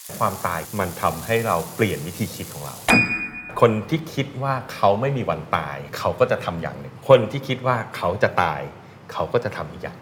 ความตายมันทำให้เราเปลี่ยนวิธีคิดของเราคนที่คิดว่าเขาไม่มีวันตายเขาก็จะทำอย่างหนึ่งคนที่คิดว่าเขาจะตายเขาก็จะทำอีกอย่าง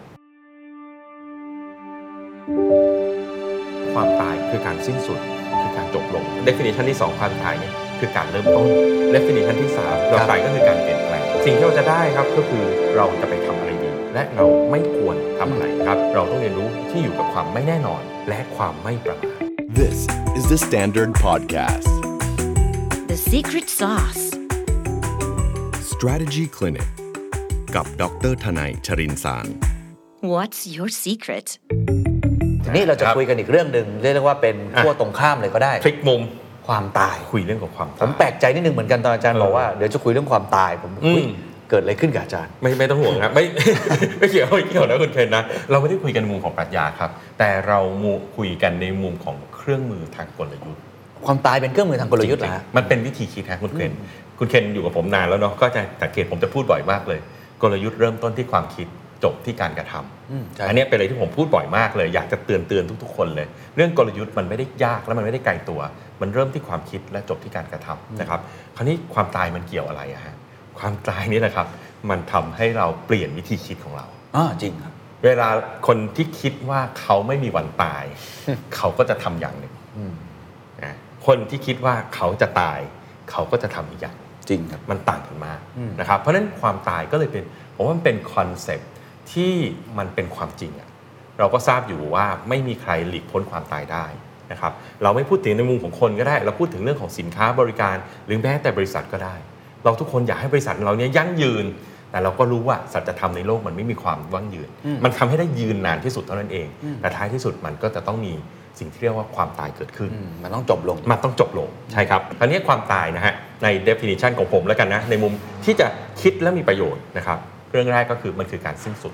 ความตายคือการสิ้นสุดคือการจบลง definition ที่2ความตายเนี่ยคือการเริ่มต้น definition ที่3เราตายก็คือการเปลี่ยนแปลงสิ่งที่เราจะได้ครับก็คือเราจะไปทำอะไรดีและเราไม่ควรทำอะไรครับเราต้องเรียนรู้ที่อยู่กับความไม่แน่นอนและความไม่ประมาท This is the Standard Podcast The Secret Sauce Strategy Clinic กับดร.ทนัย ชรินทร์สาร What's your secret ทีนี้เราจะคุยกันอีกเรื่องนึงเรียกว่าเป็นขั้วตรงข้ามเลยก็ได้พลิกมุมความตายคุยเรื่องของความตายผมแปลกใจนิดนึงเหมือนกันตอนอาจารย์บอกว่าเดี๋ยวจะคุยเรื่องความตายผมเกิดอะไรขึ้นกับอาจารย์ไม่ต้องห่วงครับไม่เกี่ยวนะคุณเคนนะเราไม่ได้คุยกันในมุมของปรัชญาครับแต่เราคุยกันในมุมของเครื่องมือทางกลยุทธ์ความตายเป็นเครื่องมือทางกลยุทธ์เหรอฮะมันเป็นวิธีคิดครับคุณเคนอยู่กับผมนานแล้วเนาะก็จะสังเกตผมจะพูดบ่อยมากเลยกลยุทธ์เริ่มต้นที่ความคิดจบที่การกระทำอันนี้เป็นอะไรที่ผมพูดบ่อยมากเลยอยากจะเตือนทุกๆคนเลยเรื่องกลยุทธ์มันไม่ได้ยากและมันไม่ได้ไกลตัวมันเริ่มที่ความคิดและจบที่การกระทำนะครับคราวนี้ความตายมันเกี่ยวอะไรอะฮะความตายนี่แหละครับมันทำให้เราเปลี่ยนวิธีคิดของเราจริงครับเวลาคนที่คิดว่าเขาไม่มีวันตาย เขาก็จะทำอย่างหนึ่งคนที่คิดว่าเขาจะตายเขาก็จะทำอีกอย่างจริงครับมันต่างกันมากนะครับเพราะฉะนั้นความตายก็เลยเป็นผมว่ามันเป็นคอนเซ็ปต์ที่มันเป็นความจริงอะเราก็ทราบอยู่ว่าไม่มีใครหลีกพ้นความตายได้นะครับเราไม่พูดถึงในมุมของคนก็ได้เราพูดถึงเรื่องของสินค้าบริการหรือแม้แต่บริษัทก็ได้เราทุกคนอยากให้บริษัทเราเนี่ยยั่งยืนแต่เราก็รู้ว่าสัจธรรมในโลกมันไม่มีความยั่งยืนมันทำให้ได้ยืนนานที่สุดเท่านั้นเองแต่ท้ายที่สุดมันก็จะต้องมีสิ่งที่เรียกว่าความตายเกิดขึ้นมันต้องจบลงใช่ครับคราวนี้ความตายนะฮะใน definition ของผมแล้วกันนะในมุมที่จะคิดและมีประโยชน์นะครับเรื่องแรกก็คือมันคือการสิ้นสุด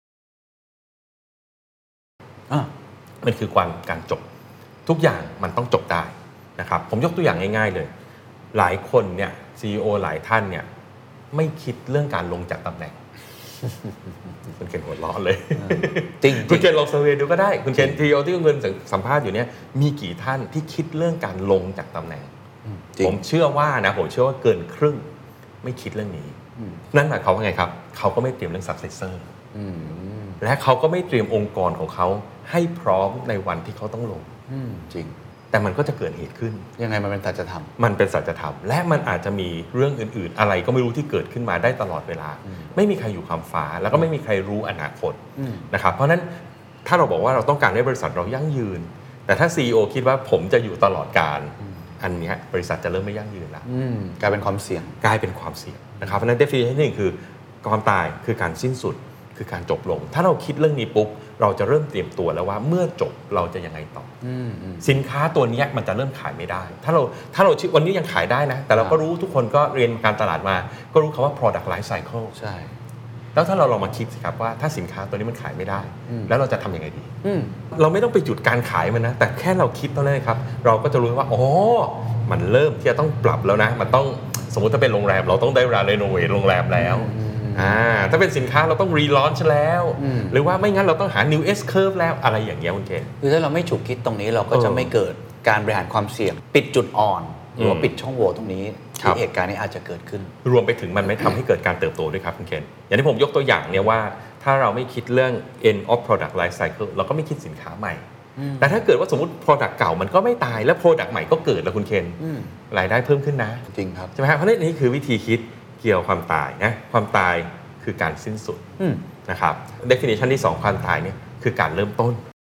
มันคือการจบทุกอย่างมันต้องจบได้นะครับผมยกตัวอย่างง่ายๆเลยหลายคนเนี่ย CEO หลายท่านเนี่ยไม่คิดเรื่องการลงจากตำแหน่งคุณเคนหัวเราะเลยจริงคุณเคนลองเซอร์เวย์ดูก็ได้คุณเคน CEO ที่คุณเงินสัมภาษณ์อยู่เนี่ยมีกี่ท่านที่คิดเรื่องการลงจากตำแหน่งผมเชื่อว่าเกินครึ่งไม่คิดเรื่องนี้นั่นหมายความว่าไงครับเขาก็ไม่เตรียมเรื่อง successor และเขาก็ไม่เตรียมองค์กรของเขาให้พร้อมในวันที่เขาต้องลงจริงแต่มันก็จะเกิดเหตุขึ้นยังไงมันเป็นสัจธรรมมันเป็นสัจธรรมและมันอาจจะมีเรื่องอื่นๆอะไรก็ไม่รู้ที่เกิดขึ้นมาได้ตลอดเวลาไม่มีใครอยู่คำฟ้าแล้วก็ไม่มีใครรู้อนาคตนะครับเพราะนั้นถ้าเราบอกว่าเราต้องการให้บริษัทเรายั่งยืนแต่ถ้า CEO คิดว่าผมจะอยู่ตลอดกาลอันนี้บริษัทจะเริ่มไม่ยั่งยืนแล้วกลายเป็นความเสี่ยงนะครับเพราะนั้น definition ที่1คือความตายคือการสิ้นสุดคือการจบลงถ้าเราคิดเรื่องนี้ปุ๊บเราจะเริ่มเตรียมตัวแล้วว่าเมื่อจบเราจะยังไงต่อสินค้าตัวนี้มันจะเริ่มขายไม่ได้ถ้าเราวันนี้ยังขายได้นะแต่เราก็รู้ทุกคนก็เรียนการตลาดมาก็รู้คำว่า product life cycle ใช่แล้วถ้าเราลองมาคิดสิครับว่าถ้าสินค้าตัวนี้มันขายไม่ได้แล้วเราจะทำยังไงดีเราไม่ต้องไปจุดการขายมันนะแต่แค่เราคิดเท่านั้นครับเราก็จะรู้ว่าอ๋อมันเริ่มที่จะต้องปรับแล้วนะมันต้องสมมติถ้าเป็นโรงแรมเราต้องได้เวลารีโนเวทโรงแรมแล้วถ้าเป็นสินค้าเราต้องรีลอนช์แล้วหรือว่าไม่งั้นเราต้องหา new S curve แล้วอะไรอย่างเงี้ยคุณเคนคือถ้าเราไม่ฉุกคิดตรงนี้เราก็จะไม่เกิดการบริหารความเสี่ยงปิดจุดอ่อนหรือว่าปิดช่องโหว่ตรงนี้ที่เหตุการณ์นี้อาจจะเกิดขึ้นรวมไปถึงมันไม่ทำให้เกิดการเติบโตด้วยครับคุณเคนอย่างที่ผมยกตัวอย่างเนี่ยว่าถ้าเราไม่คิดเรื่อง end of product life cycle เราก็ไม่คิดสินค้าใหม่แต่ถ้าเกิดว่าสมมติ product เก่ามันก็ไม่ตายแล้ว product ใหม่ก็เกิดแล้วคุณเคนรายได้เพิ่มขึ้นนะจริงครับใช่ไหมครับเพราะนี่คือวิธีคิดเกี่ยวความตายนะความตายคือการสิ้นสุดนะครับ definition ที่2ความตายเนี่ยคือการเริ่มต้น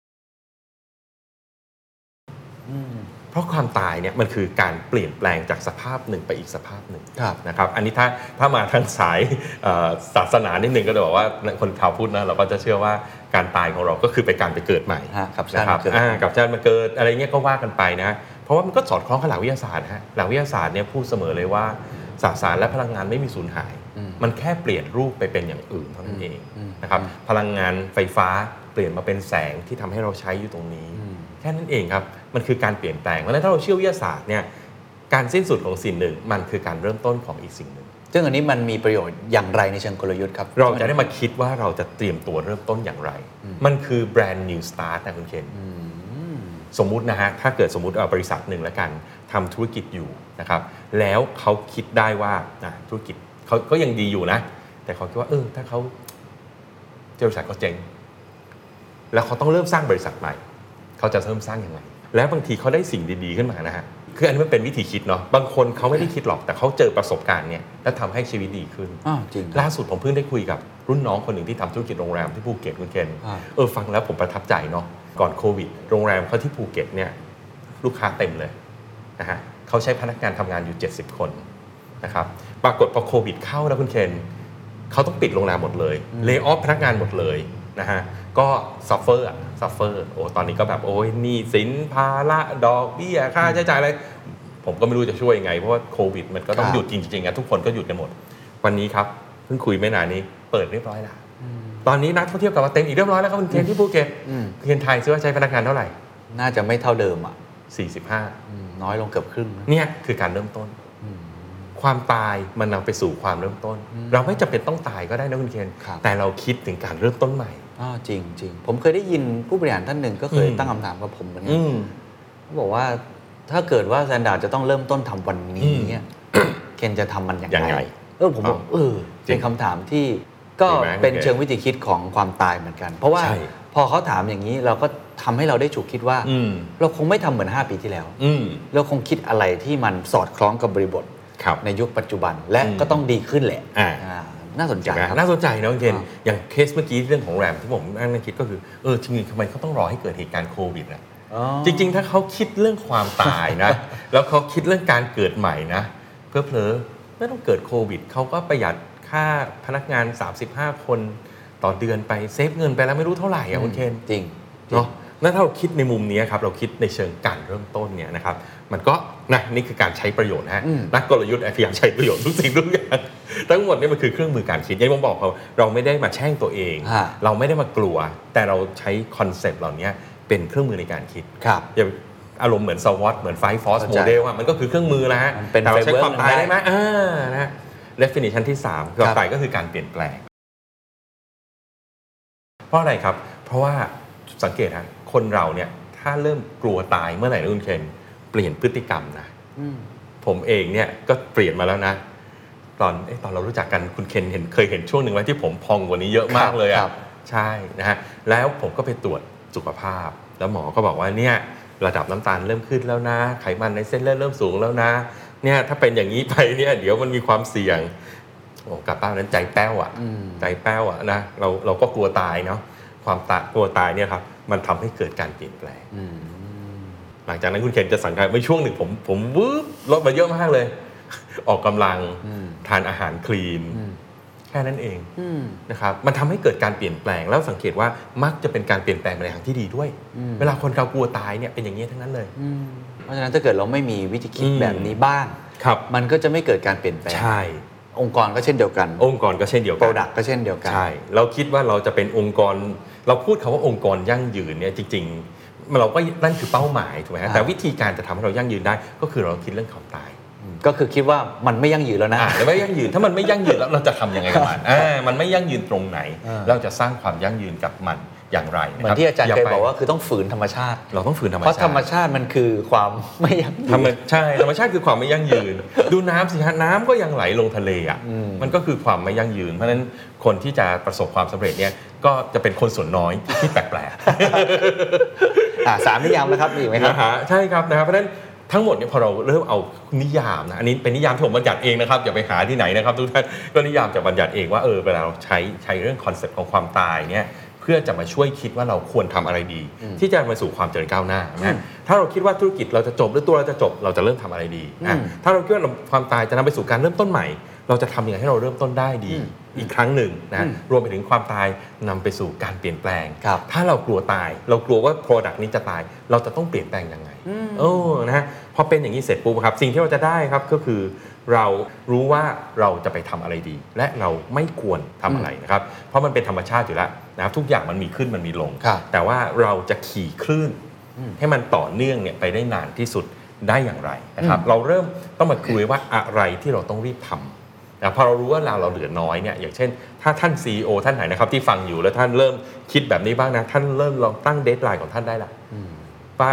เพราะความตายเนี่ยมันคือการเปลี่ยนแปลงจากสภาพหนึ่งไปอีกสภาพหนึ่งนะครับอันนี้ถ้ามาทางสายศาสนานิดนึงก็จะบอกว่าคนชาวพุทธนะเราก็จะเชื่อว่าการตายของเราก็คือเป็นการไปเกิดใหม่นะครับกับชาติมาเกิดอะไรเงี้ยก็ว่ากันไปนะเพราะว่ามันก็สอดคล้องกับหลักวิทยาศาสตร์ฮะหลักวิทยาศาสตร์เนี่ยพูดเสมอเลยว่าสสารและพลังงานไม่มีสูญหายมันแค่เปลี่ยนรูปไปเป็นอย่างอื่นเท่านั้นเองนะครับพลังงานไฟฟ้าเปลี่ยนมาเป็นแสงที่ทำให้เราใช้อยู่ตรงนี้แค่นั้นเองครับมันคือการเปลี่ยนแปลงเพราะฉะนั้นถ้าเราเชื่อวิทยาศาสตร์เนี่ยการสิ้นสุดของสิ่งหนึ่งมันคือการเริ่มต้นของอีกสิ่งหนึ่งซึ่งอันนี้มันมีประโยชน์อย่างไรในเชิงกลยุทธ์ครับเราจะได้มาคิดว่าเราจะเตรียมตัวเริ่มต้นอย่างไรมันคือ brand new start นะคุณเคนสมมุตินะฮะถ้าเกิดสมมุติบริษัทหนึ่งแล้วกันทำธุรกิจอยู่นะครับแล้วเขาคิดได้ว่าธุรกิจเขาก็ยังดีอยู่นะแต่เขาคิดว่าถ้าเขาบริษัทเขาเจ๊งแล้วเขาต้องเริ่มสร้างบริษัทใหม่เขาจะเริ่มสร้างยังไงแล้วบางทีเขาได้สิ่งดีๆขึ้นมานะฮะคืออันนี้มันเป็นวิธีคิดเนาะบางคนเขาไม่ได้คิดหรอกแต่เขาเจอประสบการณ์เนี่ยแล้วทำให้ชีวิตดีขึ้นจริงล่าสุดผมเพิ่งได้คุยกับรุ่นน้องคนหนึ่งที่ทำธุรกิจโรงแรมที่ภูเก็ตคุณเคนฟังแล้วผมประทับใจเนาะก่อนโควิดโรงแรมเขาที่ภูเก็ตเนี่ยลูกค้าเต็มเลยนะฮะเขาใช้พนักงานทำงานอยู่70คนนะครับปรากฏพอโควิดเข้าแล้วคุณเคนเขาต้องปิดโรงแรมหมดเลยเลย์ออฟพนักงานหมดเลยนะฮะก็ซัฟเฟอร์ตอนนี้ก็แบบหนี้สินภาระดอกเบี้ยค่าใช้จ่ายอะไรผมก็ไม่รู้จะช่วยยังไงเพราะว่าโควิดมันก็ต้องหยุดจริงๆทุกคนก็หยุดกันหมดวันนี้ครับเพิ่งคุยไม่นานนี้เปิดเรียบร้อยแล้วตอนนี้นักท่องเที่ยวกลับมาเต็มอีกเรียบร้อยแล้วครับคุณเคนที่ภูเก็ตเคนไทยซื้อว่าใช้พนักงานเท่าไหร่น่าจะไม่เท่าเดิม 45 น้อยลงเกือบครึ่งเนี่ยคือการเริ่มต้นความตายมันนำไปสู่ความเริ่มต้นเราไม่จำเป็นต้องตายก็ได้นะคุณเคนแต่เราคิดถึงการเริ่มต้นใหม่จริงผมเคยได้ยินผู้บริหารท่านหนึ่งก็เคยตั้งคำถามกับผมเหมือนกันเขาบอกว่าถ้าเกิดว่าแซนดาร์ดจะต้องเริ่มต้นทำวันนี้เนี่ยเคนจะทำมันอย่างไรผมบอกเป็นคำถามที่ก็เป็นเชิงวิธีคิดของความตายเหมือนกันเพราะว่าพอเขาถามอย่างนี้เราก็ทำให้เราได้ฉุกคิดว่าเราคงไม่ทำเหมือน5 ปีที่แล้วเราคงคิดอะไรที่มันสอดคล้องกับบริบทในยุคปัจจุบันและก็ต้องดีขึ้นแหละน่าสนใจครับน่าสนใจนะคุณเคนอย่างเคสเมื่อกี้เรื่องของแรมที่ผมนั่งคิดก็คือจริงๆทำไมเขาต้องรอให้เกิดเหตุการณ์โควิดอ่ะจริงๆถ้าเขาคิดเรื่องความตายนะ แล้วเขาคิดเรื่องการเกิดใหม่นะเผลอๆไม่ต้องเกิดโควิดเขาก็ประหยัดค่าพนักงาน35คนต่อเดือนไปเซฟเงินไปแล้วไม่รู้เท่าไหร่อ่ะคุณเคนจริงเนาะถ้าเราคิดในมุมนี้ครับเราคิดในเชิงการเริ่มต้นเนี่ยนะครับมันก็นี่คือการใช้ประโยชน์นะนักกลยุทธ์พยายามใช้ประโยชน์ทุกสิ่งทุกอย่างทั้งหมดนี่มันคือเครื่องมือการคิดอย่างที่ผมบอกเราไม่ได้มาแช่งตัวเองเราไม่ได้มากลัวแต่เราใช้คอนเซปต์เหล่านี้เป็นเครื่องมือในการคิดอย่าอารมณ์เหมือน SWOT เหมือน Five Force Model มันก็คือเครื่องมือนะฮะแต่เราใช้ความตายได้ไหมนะ definition ที่3ความตายก็คือการเปลี่ยนแปลงเพราะอะไรครับเพราะว่าสังเกตฮะคนเราเนี่ยถ้าเริ่มกลัวตายเมื่อไหร่นะคุณเคนเปลี่ยนพฤติกรรมนะผมเองเนี่ยก็เปลี่ยนมาแล้วนะตอนเรารู้จักกันคุณเคนเคยเห็นช่วงหนึ่งไหมที่ผมพองกว่านี้เยอะมากเลยอ่ะใช่นะฮะแล้วผมก็ไปตรวจสุขภาพแล้วหมอก็บอกว่าเนี่ยระดับน้ำตาลเริ่มขึ้นแล้วนะไขมันในเส้นเลือดเริ่มสูงแล้วนะเนี่ยถ้าเป็นอย่างนี้ไปเนี่ยเดี๋ยวมันมีความเสี่ยงกลับบ้านนั้นใจแป้วอ่ะนะเราก็กลัวตายเนาะความกลัวตายเนี่ยครับมันทำให้เกิดการเปลี่ยนแปลงหลังจากนั้นคุณเคนจะสังเกตว่าช่วงหนึ่งผมลดมาเยอะมากเลยออกกำลังทานอาหารคลีนแค่นั้นเองนะครับมันทำให้เกิดการเปลี่ยนแปลงแล้วสังเกตว่ามักจะเป็นการเปลี่ยนแปลงในทางที่ดีด้วยเวลาคนเรากลัวตายเนี่ยเป็นอย่างนี้ทั้งนั้นเลยเพราะฉะนั้นถ้าเกิดเราไม่มีวิธีคิดแบบนี้บ้างมันก็จะไม่เกิดการเปลี่ยนแปลงใช่องค์กรก็เช่นเดียวกันองค์กรก็เช่นเดียวกัน Product ก็เช่นเดียวกันใช่เราคิดว่าเราจะเป็นองค์กรเราพูดคำว่าองค์กรยั่งยืนเนี่ยจริงๆเราก็นั่นคือเป้าหมายถูกไหมฮะแต่วิธีการจะทำให้เรายั่งยืนได้ก็คือเราคิดเรื่องความตายก็คือคิดว่ามันไม่ยั่งยืนแล้วนะไม่ยั่งยืนถ้ามันไม่ยั่งยืนแล้วเราจะทำยังไงกับมันมันไม่ยั่งยืนตรงไหนเราจะสร้างความยั่งยืนกับมันอย่างไรเหมือนที่อาจารย์เคยบอกว่าคือต้องฝืนธรรมชาติเราต้องฝืนธรรมชาติเพราะธรรมชาติมันคือความไม่ยั่งยืนใช่ธรรมชาติคือความไม่ยั่งยืนดูน้ำสิฮะน้ำก็ยังไหลลงทะเลอ่ะมันก็คือความไม่ยั่งยืนเพราะฉะนั้นคนที่จะประสบความสำเร็จเนี่ยก็จะเป็นคนส่วนน้อยที่แปลกๆ3 นิยามแล้วครับมีไหมครับใช่ครับนะครับเพราะฉะนั้นทั้งหมดเนี่ยพอเราเริ่มเอานิยามนะอันนี้เป็นนิยามที่ผมบัญญัติเองนะครับอย่าไปหาที่ไหนนะครับทุกท่านก็นิยามจากบัญญัติเองว่าเวลาเราใช้เรื่องคอนเซ็ปต์ของความตายเนี่ยเพื่อจะมาช่วยคิดว่าเราควรทำอะไรดีที่จะมาสู่ความเจริญก้าวหน้านะถ้าเราคิดว่าธุรกิจเราจะจบหรือตัวเราจะจบเราจะเริ่มทำอะไรดีถ้าเราคิดว่าความตายจะนำไปสู่การเริ่มต้นใหม่เราจะทำยังไงให้เราเริ่มต้นได้ดีอีกครั้งหนึ่งนะรวมไปถึงความตายนำไปสู่การเปลี่ยนแปลงถ้าเรากลัวตายเรากลัวว่า Product นี้จะตายเราจะต้องเปลี่ยนแปลงยังไงนะฮะพอเป็นอย่างนี้เสร็จปุ๊บครับสิ่งที่เราจะได้ครับก็คือเรารู้ว่าเราจะไปทำอะไรดีและเราไม่ควรทำอะไรนะครับเพราะมันเป็นธรรมชาติอยู่แล้วนะครับทุกอย่างมันมีขึ้นมันมีลงแต่ว่าเราจะขี่คลื่นให้มันต่อเนื่องเนี่ยไปได้นานที่สุดได้อย่างไรนะครับเราเริ่มต้องมาคุยว่าอะไรที่เราต้องรีบทำนะพอเรารู้ว่าเราเหลือน้อยเนี่ยอย่างเช่นถ้าท่าน CEO ท่านไหนนะครับที่ฟังอยู่แล้วท่านเริ่มคิดแบบนี้บ้างนะท่านเริ่มลองตั้งเดดไลน์ของท่านได้ละว่า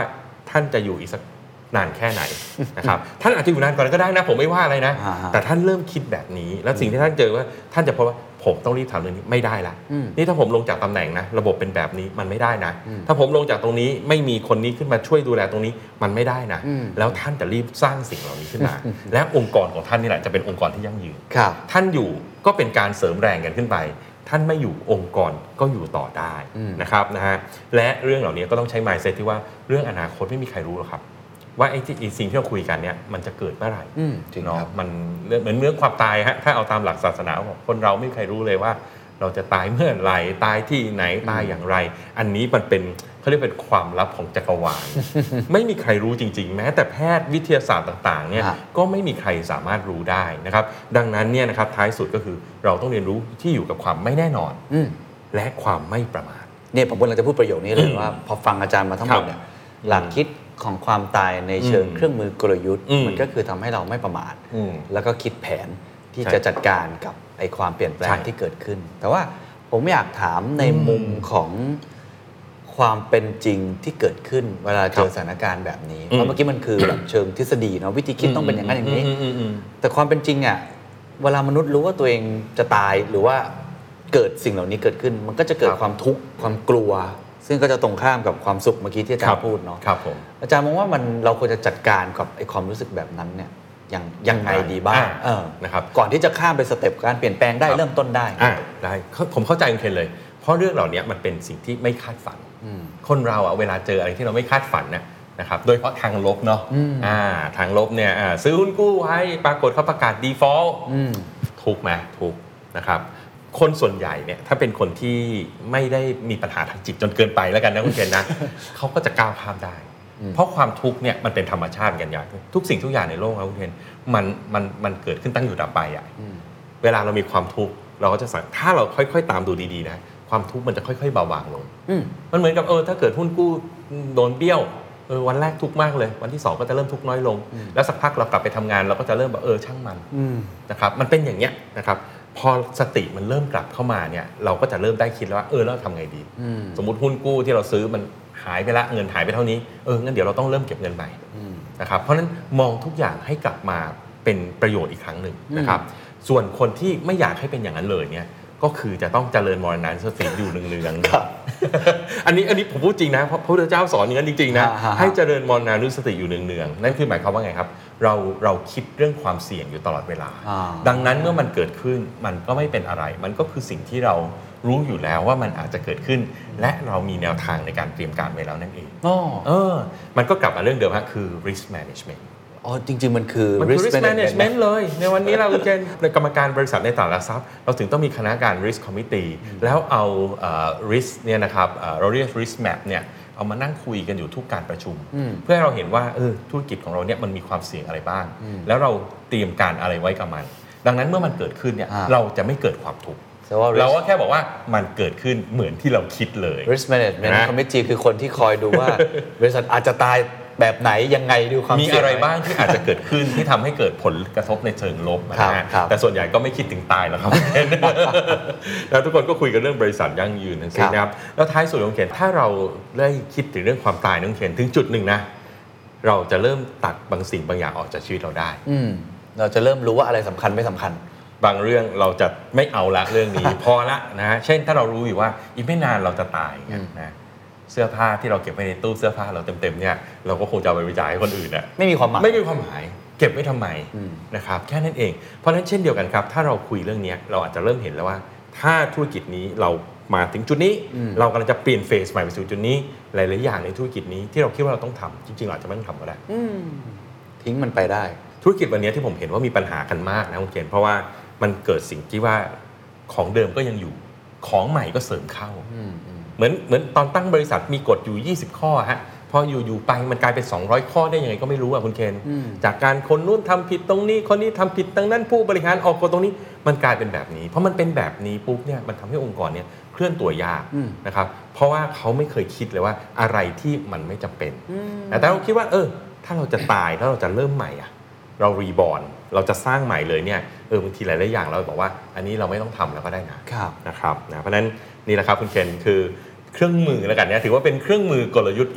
ท่านจะอยู่อีกสักนานแค่ไหนนะครับท่านอาจจะอยู่นานกว่านั้นก็ได้นะผมไม่ว่าอะไรนะแต่ท่านเริ่มคิดแบบนี้แล้วสิ่งที่ท่านเจอว่าท่านจะพบว่าผมต้องรีบทำเรื่องนี้ไม่ได้ละนี่ถ้าผมลงจากตำแหน่งนะระบบเป็นแบบนี้มันไม่ได้นะถ้าผมลงจากตรงนี้ไม่มีคนนี้ขึ้นมาช่วยดูแลตรงนี้มันไม่ได้นะแล้วท่านจะรีบสร้างสิ่งเหล่านี้ขึ้นมาและองค์กรของท่านนี่แหละจะเป็นองค์กรที่ยั่งยืนท่านอยู่ก็เป็นการเสริมแรงกันขึ้นไปท่านไม่อยู่องค์กรก็อยู่ต่อได้นะครับนะฮะและเรื่องเหล่านี้ก็ต้องใช้ mindset ที่ว่าเรื่องอนาคตไม่มีใครรู้หรอกครับว่าไอ้สิ่งที่เราคุยกันเนี่ยมันจะเกิดเมื่อไหร่เนาะมันเหมือนเรื่องความตายฮะถ้าเอาตามหลักศาสนาบอกคนเราไม่มีใครรู้เลยว่าเราจะตายเมื่อไหร่ตายที่ไหนตายอย่างไรอันนี้มันเป็นเขาเรียกเป็นความลับของจักรวาล ไม่มีใครรู้จริงๆแม้แต่แพทย์วิทยาศาสตร์ต่างๆเนี่ยก็ไม่มีใครสามารถรู้ได้นะครับดังนั้นเนี่ยนะครับท้ายสุดก็คือเราต้องเรียนรู้ที่อยู่กับความไม่แน่นอนและความไม่ประมาทเนี่ยผมกำลังจะพูดประโยคนี้เลยว่าพอฟังอาจารย์มาทั้งหมดเนี่ยหลักคิดของความตายในเชิงเครื่องมือกลยุทธ์มันก็คือทำให้เราไม่ประมาทแล้วก็คิดแผนที่จะจัดการกับไอ้ความเปลี่ยนแปลงที่เกิดขึ้นแต่ว่าผมอยากถามในมุมของความเป็นจริงที่เกิดขึ้นเวลาเจอสถานการณ์แบบนี้เพราะเมื่อกี้มันคือแบบเชิงทฤษฎีเนาะวิธีคิดต้องเป็นอย่างนั้นอย่างนี้แต่ความเป็นจริงอ่ะเวลามนุษย์รู้ว่าตัวเองจะตายหรือว่าเกิดสิ่งเหล่านี้เกิดขึ้นมันก็จะเกิดความทุกข์ความกลัวซึ่งก็จะตรงข้ามกับความสุขเมื่อกี้ที่อาจารย์พูดเนาะครับผมอาจารย์มองว่าเราควรจะจัดการกับไอ้ความรู้สึกแบบนั้นเนี่ยยังไงดีบ้างนะครับก่อนที่จะข้ามไปสเต็ปการเปลี่ยนแปลงได้เริ่มต้นได้ได้ผมเข้าใจคุณเคนเลยเพราะเรื่องเหล่านี้มันเป็นสิ่งที่ไม่คาดฝันคนเราเวลาเจออะไรที่เราไม่คาดฝันนะครับโดยเฉพาะทางลบเนาะทางลบเนี่ยซื้อหุ้นกู้ไว้ปรากฏเขาประกาศ default ถูกไหมถูกนะครับคนส่วนใหญ่เนี่ยถ้าเป็นคนที่ไม่ได้มีปัญหาทางจิตจนเกินไปแล้วกันนะคุณเคนนะ เขาก็จะก้าวข้ามได้เพราะความทุกข์เนี่ยมันเป็นธรรมชาติกันอย่างทุกสิ่งทุกอย่างในโลกนะคุณเคนมันเกิดขึ้นตั้งอยู่ดับไปเวลาเรามีความทุกข์เราก็จะสังถ้าเราค่อยๆตามดูดีๆนะความทุกข์มันจะค่อยๆเบาบางลงมันเหมือนกับถ้าเกิดหุ้นกู้โดนเบี้ยววันแรกทุกข์มากเลยวันที่2ก็จะเริ่มทุกข์น้อยลงแล้วสักพักเรากลับไปทำงานเราก็จะเริ่มแบบช่างมันนะครับมันเป็นอย่างเงี้ยนะครับพอสติมันเริ่มกลับเข้ามาเนี่ยเราก็จะเริ่มได้คิดแล้วว่าแล้วทำไงดีสมมุติหุ้นกู้ที่เราซื้อมันหายไปละเงินหายไปเท่านี้งั้นเดี๋ยวเราต้องเริ่มเก็บเงินใหม่นะครับเพราะฉะนั้นมองทุกอย่างให้กลับมาเป็นประโยชน์อีกครั้งหนึ่งนะครับส่วนคนที่ไม่อยากให้เป็นอย่างนั้นเลยเนี่ยก็คือจะต้องเจริญมรณานุสติอยู่เนืองๆอันนี้ผมพูดจริงนะเพราะพระพุทธเจ้าสอนอย่างนั้นจริงๆนะให้เจริญมรณานุสติอยู่เนืองๆนั่นคือหมายความว่าไงครับเราคิดเรื่องความเสี่ยงอยู่ตลอดเวลาดังนั้นเมื่อมันเกิดขึ้นมันก็ไม่เป็นอะไรมันก็คือสิ่งที่เรารู้อยู่แล้วว่ามันอาจจะเกิดขึ้นและเรามีแนวทางในการเตรียมการไว้แล้วนั่นเองมันก็กลับมาเรื่องเดิมฮะคือ risk management จริงๆมันคือ risk management เลยในวันนี้เราจะในกรรมการบริษัทในตลาดหลักทรัพย์เราถึงต้องมีคณะการ risk committee แล้วเอาrisk เนี่ยนะครับเราเรียก risk map เนี่ยเอามานั่งคุยกันอยู่ทุกการประชุมเพื่อให้เราเห็นว่าธุรกิจของเราเนี่ยมันมีความเสี่ยงอะไรบ้างแล้วเราเตรียมการอะไรไว้กับมันดังนั้นเมื่อมันเกิดขึ้นเนี่ยเราจะไม่เกิดความทุกข์เราก็แค่บอกว่ามันเกิดขึ้นเหมือนที่เราคิดเลย risk management committee คือคนที่คอยดูว่าบริษัทอาจจะตายแบบไหนยังไงดูความมีอะไรบ้างที่อาจจะเกิดขึ้นที่ทำให้เกิดผลกระทบในเชิงลบนะฮะแต่ส่วนใหญ่ก็ไม่คิดถึงตายหรอกครับแล้วทุกคนก็คุยกันเรื่องบริษัทยั่งยืนนะครับแล้วท้ายสุดของเคนถ้าเราได้คิดถึงเรื่องความตายน้องเคนถึงจุดหนึ่งนะเราจะเริ่มตัดบางสิ่งบางอย่างออกจากชีวิตเราได้เราจะเริ่มรู้ว่าอะไรสำคัญไม่สำคัญบางเรื่องเราจะไม่เอาละเรื่องนี้ พอละนะเช่นถ้าเรารู้อยู่ว่าอีกไม่นานเราจะตายนะเสื้อผ้าที่เราเก็บไว้ในตู้เสื้อผ้าเราเต็มๆเนี่ยเราก็คงจะเอาไปบริจาคให้คนอื่นน่ะไม่มีความหมายเก็บไว้ทำไมนะครับแค่นั้นเองเพราะฉะนั้นเช่นเดียวกันครับถ้าเราคุยเรื่องนี้เราอาจจะเริ่มเห็นแล้วว่าถ้าธุรกิจนี้เรามาถึงจุดนี้เรากำลังจะเปลี่ยนเฟสใหม่ไปสู่จุดนี้หลายๆอย่างในธุรกิจนี้ที่เราคิดว่าเราต้องทำจริงๆเราอาจจะไม่ต้องทำก็ได้ทิ้งมันไปได้ธุรกิจวันนี้ที่ผมเห็นว่ามีปัญหากันมากนะคุณเคนเพราะว่ามันเกิดสิ่งที่ว่าของเดิมก็ยังอยู่ของใหม่ก็เสริมเข้าเหมือนตอนตั้งบริษัทมีกฎอยู่20ข้อฮะพออยู่ไปมันกลายเป็น200ข้อได้ยังไงก็ไม่รู้อ่ะคุณเคนจากการคนนู้นทำผิดตรงนี้คนนี้ทำผิดตรงนั้นผู้บริหารออกกฎตรงนี้มันกลายเป็นแบบนี้เพราะมันเป็นแบบนี้ปุ๊บเนี่ยมันทำให้องค์กรเนี่ยเคลื่อนตัวยากนะครับเพราะว่าเขาไม่เคยคิดเลยว่าอะไรที่มันไม่จำเป็นแต่เราคิดว่าถ้าเราจะตายถ้าเราจะเริ่มใหม่อ่ะเรารีบอร์นเราจะสร้างใหม่เลยเนี่ยบางทีหลายๆอย่างเราบอกว่าอันนี้เราไม่ต้องทำแล้วก็ได้นะครับเพราะฉะนั้นนี่แหละครับคุณเคนคือเครื่องมือแล้วกันเนี่ยถือว่าเป็นเครื่องมือกลยุทธ์อีก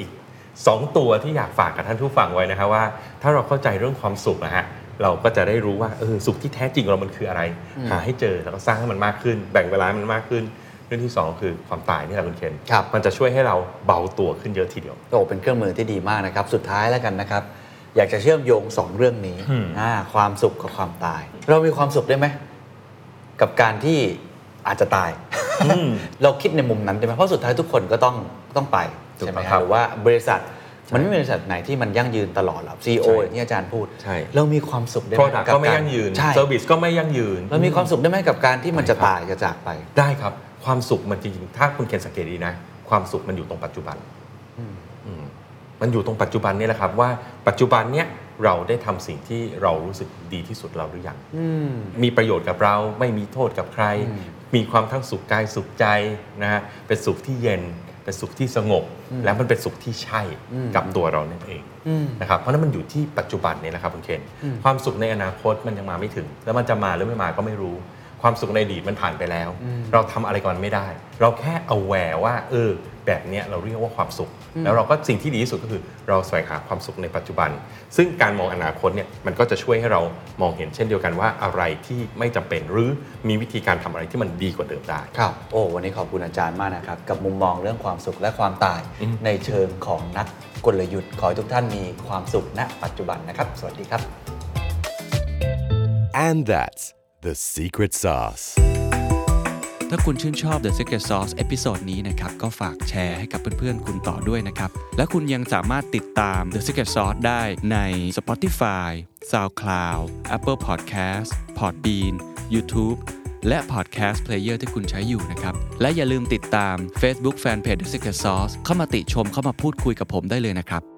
2ตัวที่อยากฝากกับท่านผู้ฟังไว้นะครับว่าถ้าเราเข้าใจเรื่องความสุขนะฮะเราก็จะได้รู้ว่าสุขที่แท้จริงของเรามันคืออะไรหาให้เจอแล้วก็สร้างให้มันมากขึ้นแบ่งเวลาให้มันมากขึ้นเรื่องที่2คือความตายนี่แหละคุณเคนมันจะช่วยให้เราเบาตัวขึ้นเยอะทีเดียวโอ้เป็นเครื่องมือที่ดีมากนะครับสุดท้ายแล้วกันนะครับอยากจะเชื่อมโยง2เรื่องนี้ความสุขกับความตายเรามีความสุขได้ไหมกับการที่อาจจะตาย เราคิดในมุมนั้นได้ไหมเพราะสุดท้ายทุกคนก็ต้องไปใช่ไหมครับหรือว่าบริษัทมันไม่มีบริษัทไหนที่มันยั่งยืนตลอดหรอก CEO อย่างที่อาจารย์พูดเรามีความสุขได้ไหมกับก็ไม่ยั่งยืน Service ก็ไม่ยั่งยืนเรามีความสุขได้ไหมกับการที่มันจะตายจะจากไปได้ครับความสุขมันจริงๆถ้าคุณเคนสังเกตดีนะความสุขมันอยู่ตรงปัจจุบันมันอยู่ตรงปัจจุบันนี่แหละครับว่าปัจจุบันเนี้ยเราได้ทำสิ่งที่เรารู้สึกดีที่สุดเราหรือยังมีประโยชน์กับเราไม่มีโทษกับใครมีความทั้งสุขกายสุขใจนะฮะเป็นสุขที่เย็นเป็นสุขที่สงบและมันเป็นสุขที่ใช่กับตัวเรานั่นเองนะครับเพราะนั้นมันอยู่ที่ปัจจุบันนี่แหละครับคุณเคนความสุขในอนาคตมันยังมาไม่ถึงแล้วมันจะมาหรือไม่มาก็ไม่รู้ความสุขในอดีตมันผ่านไปแล้วเราทำอะไรก่อนไม่ได้เราแค่ aware ว่าแบบนี้เราเรียกว่าความสุขแล้วเราก็สิ่งที่ดีที่สุดก็คือเราแสวงหาความสุขในปัจจุบันซึ่งการมองอนาคตเนี่ยมันก็จะช่วยให้เรามองเห็นเช่นเดียวกันว่าอะไรที่ไม่จำเป็นหรือมีวิธีการทำอะไรที่มันดีกว่าเดิมได้ครับวันนี้ขอบคุณอาจารย์มากนะครับกับมุมมองเรื่องความสุขและความตายในเชิงของนักกลยุทธ์ขอให้ทุกท่านมีความสุขณปัจจุบันนะครับสวัสดีครับ And that's the secret sauce ถ้าคุณชื่นชอบ The Secret Sauce เอพิโซดนี้นะครับก็ฝากแชร์ให้กับเพื่อนๆคุณต่อด้วยนะครับและคุณยังสามารถติดตาม The Secret Sauce ได้ใน Spotify, SoundCloud, Apple Podcast, Podbean, YouTube และ Podcast Player ที่คุณใช้อยู่นะครับและอย่าลืมติดตาม Facebook Fanpage The Secret Sauce เข้ามาติชมเข้ามาพูดคุยกับผมได้เลยนะครับ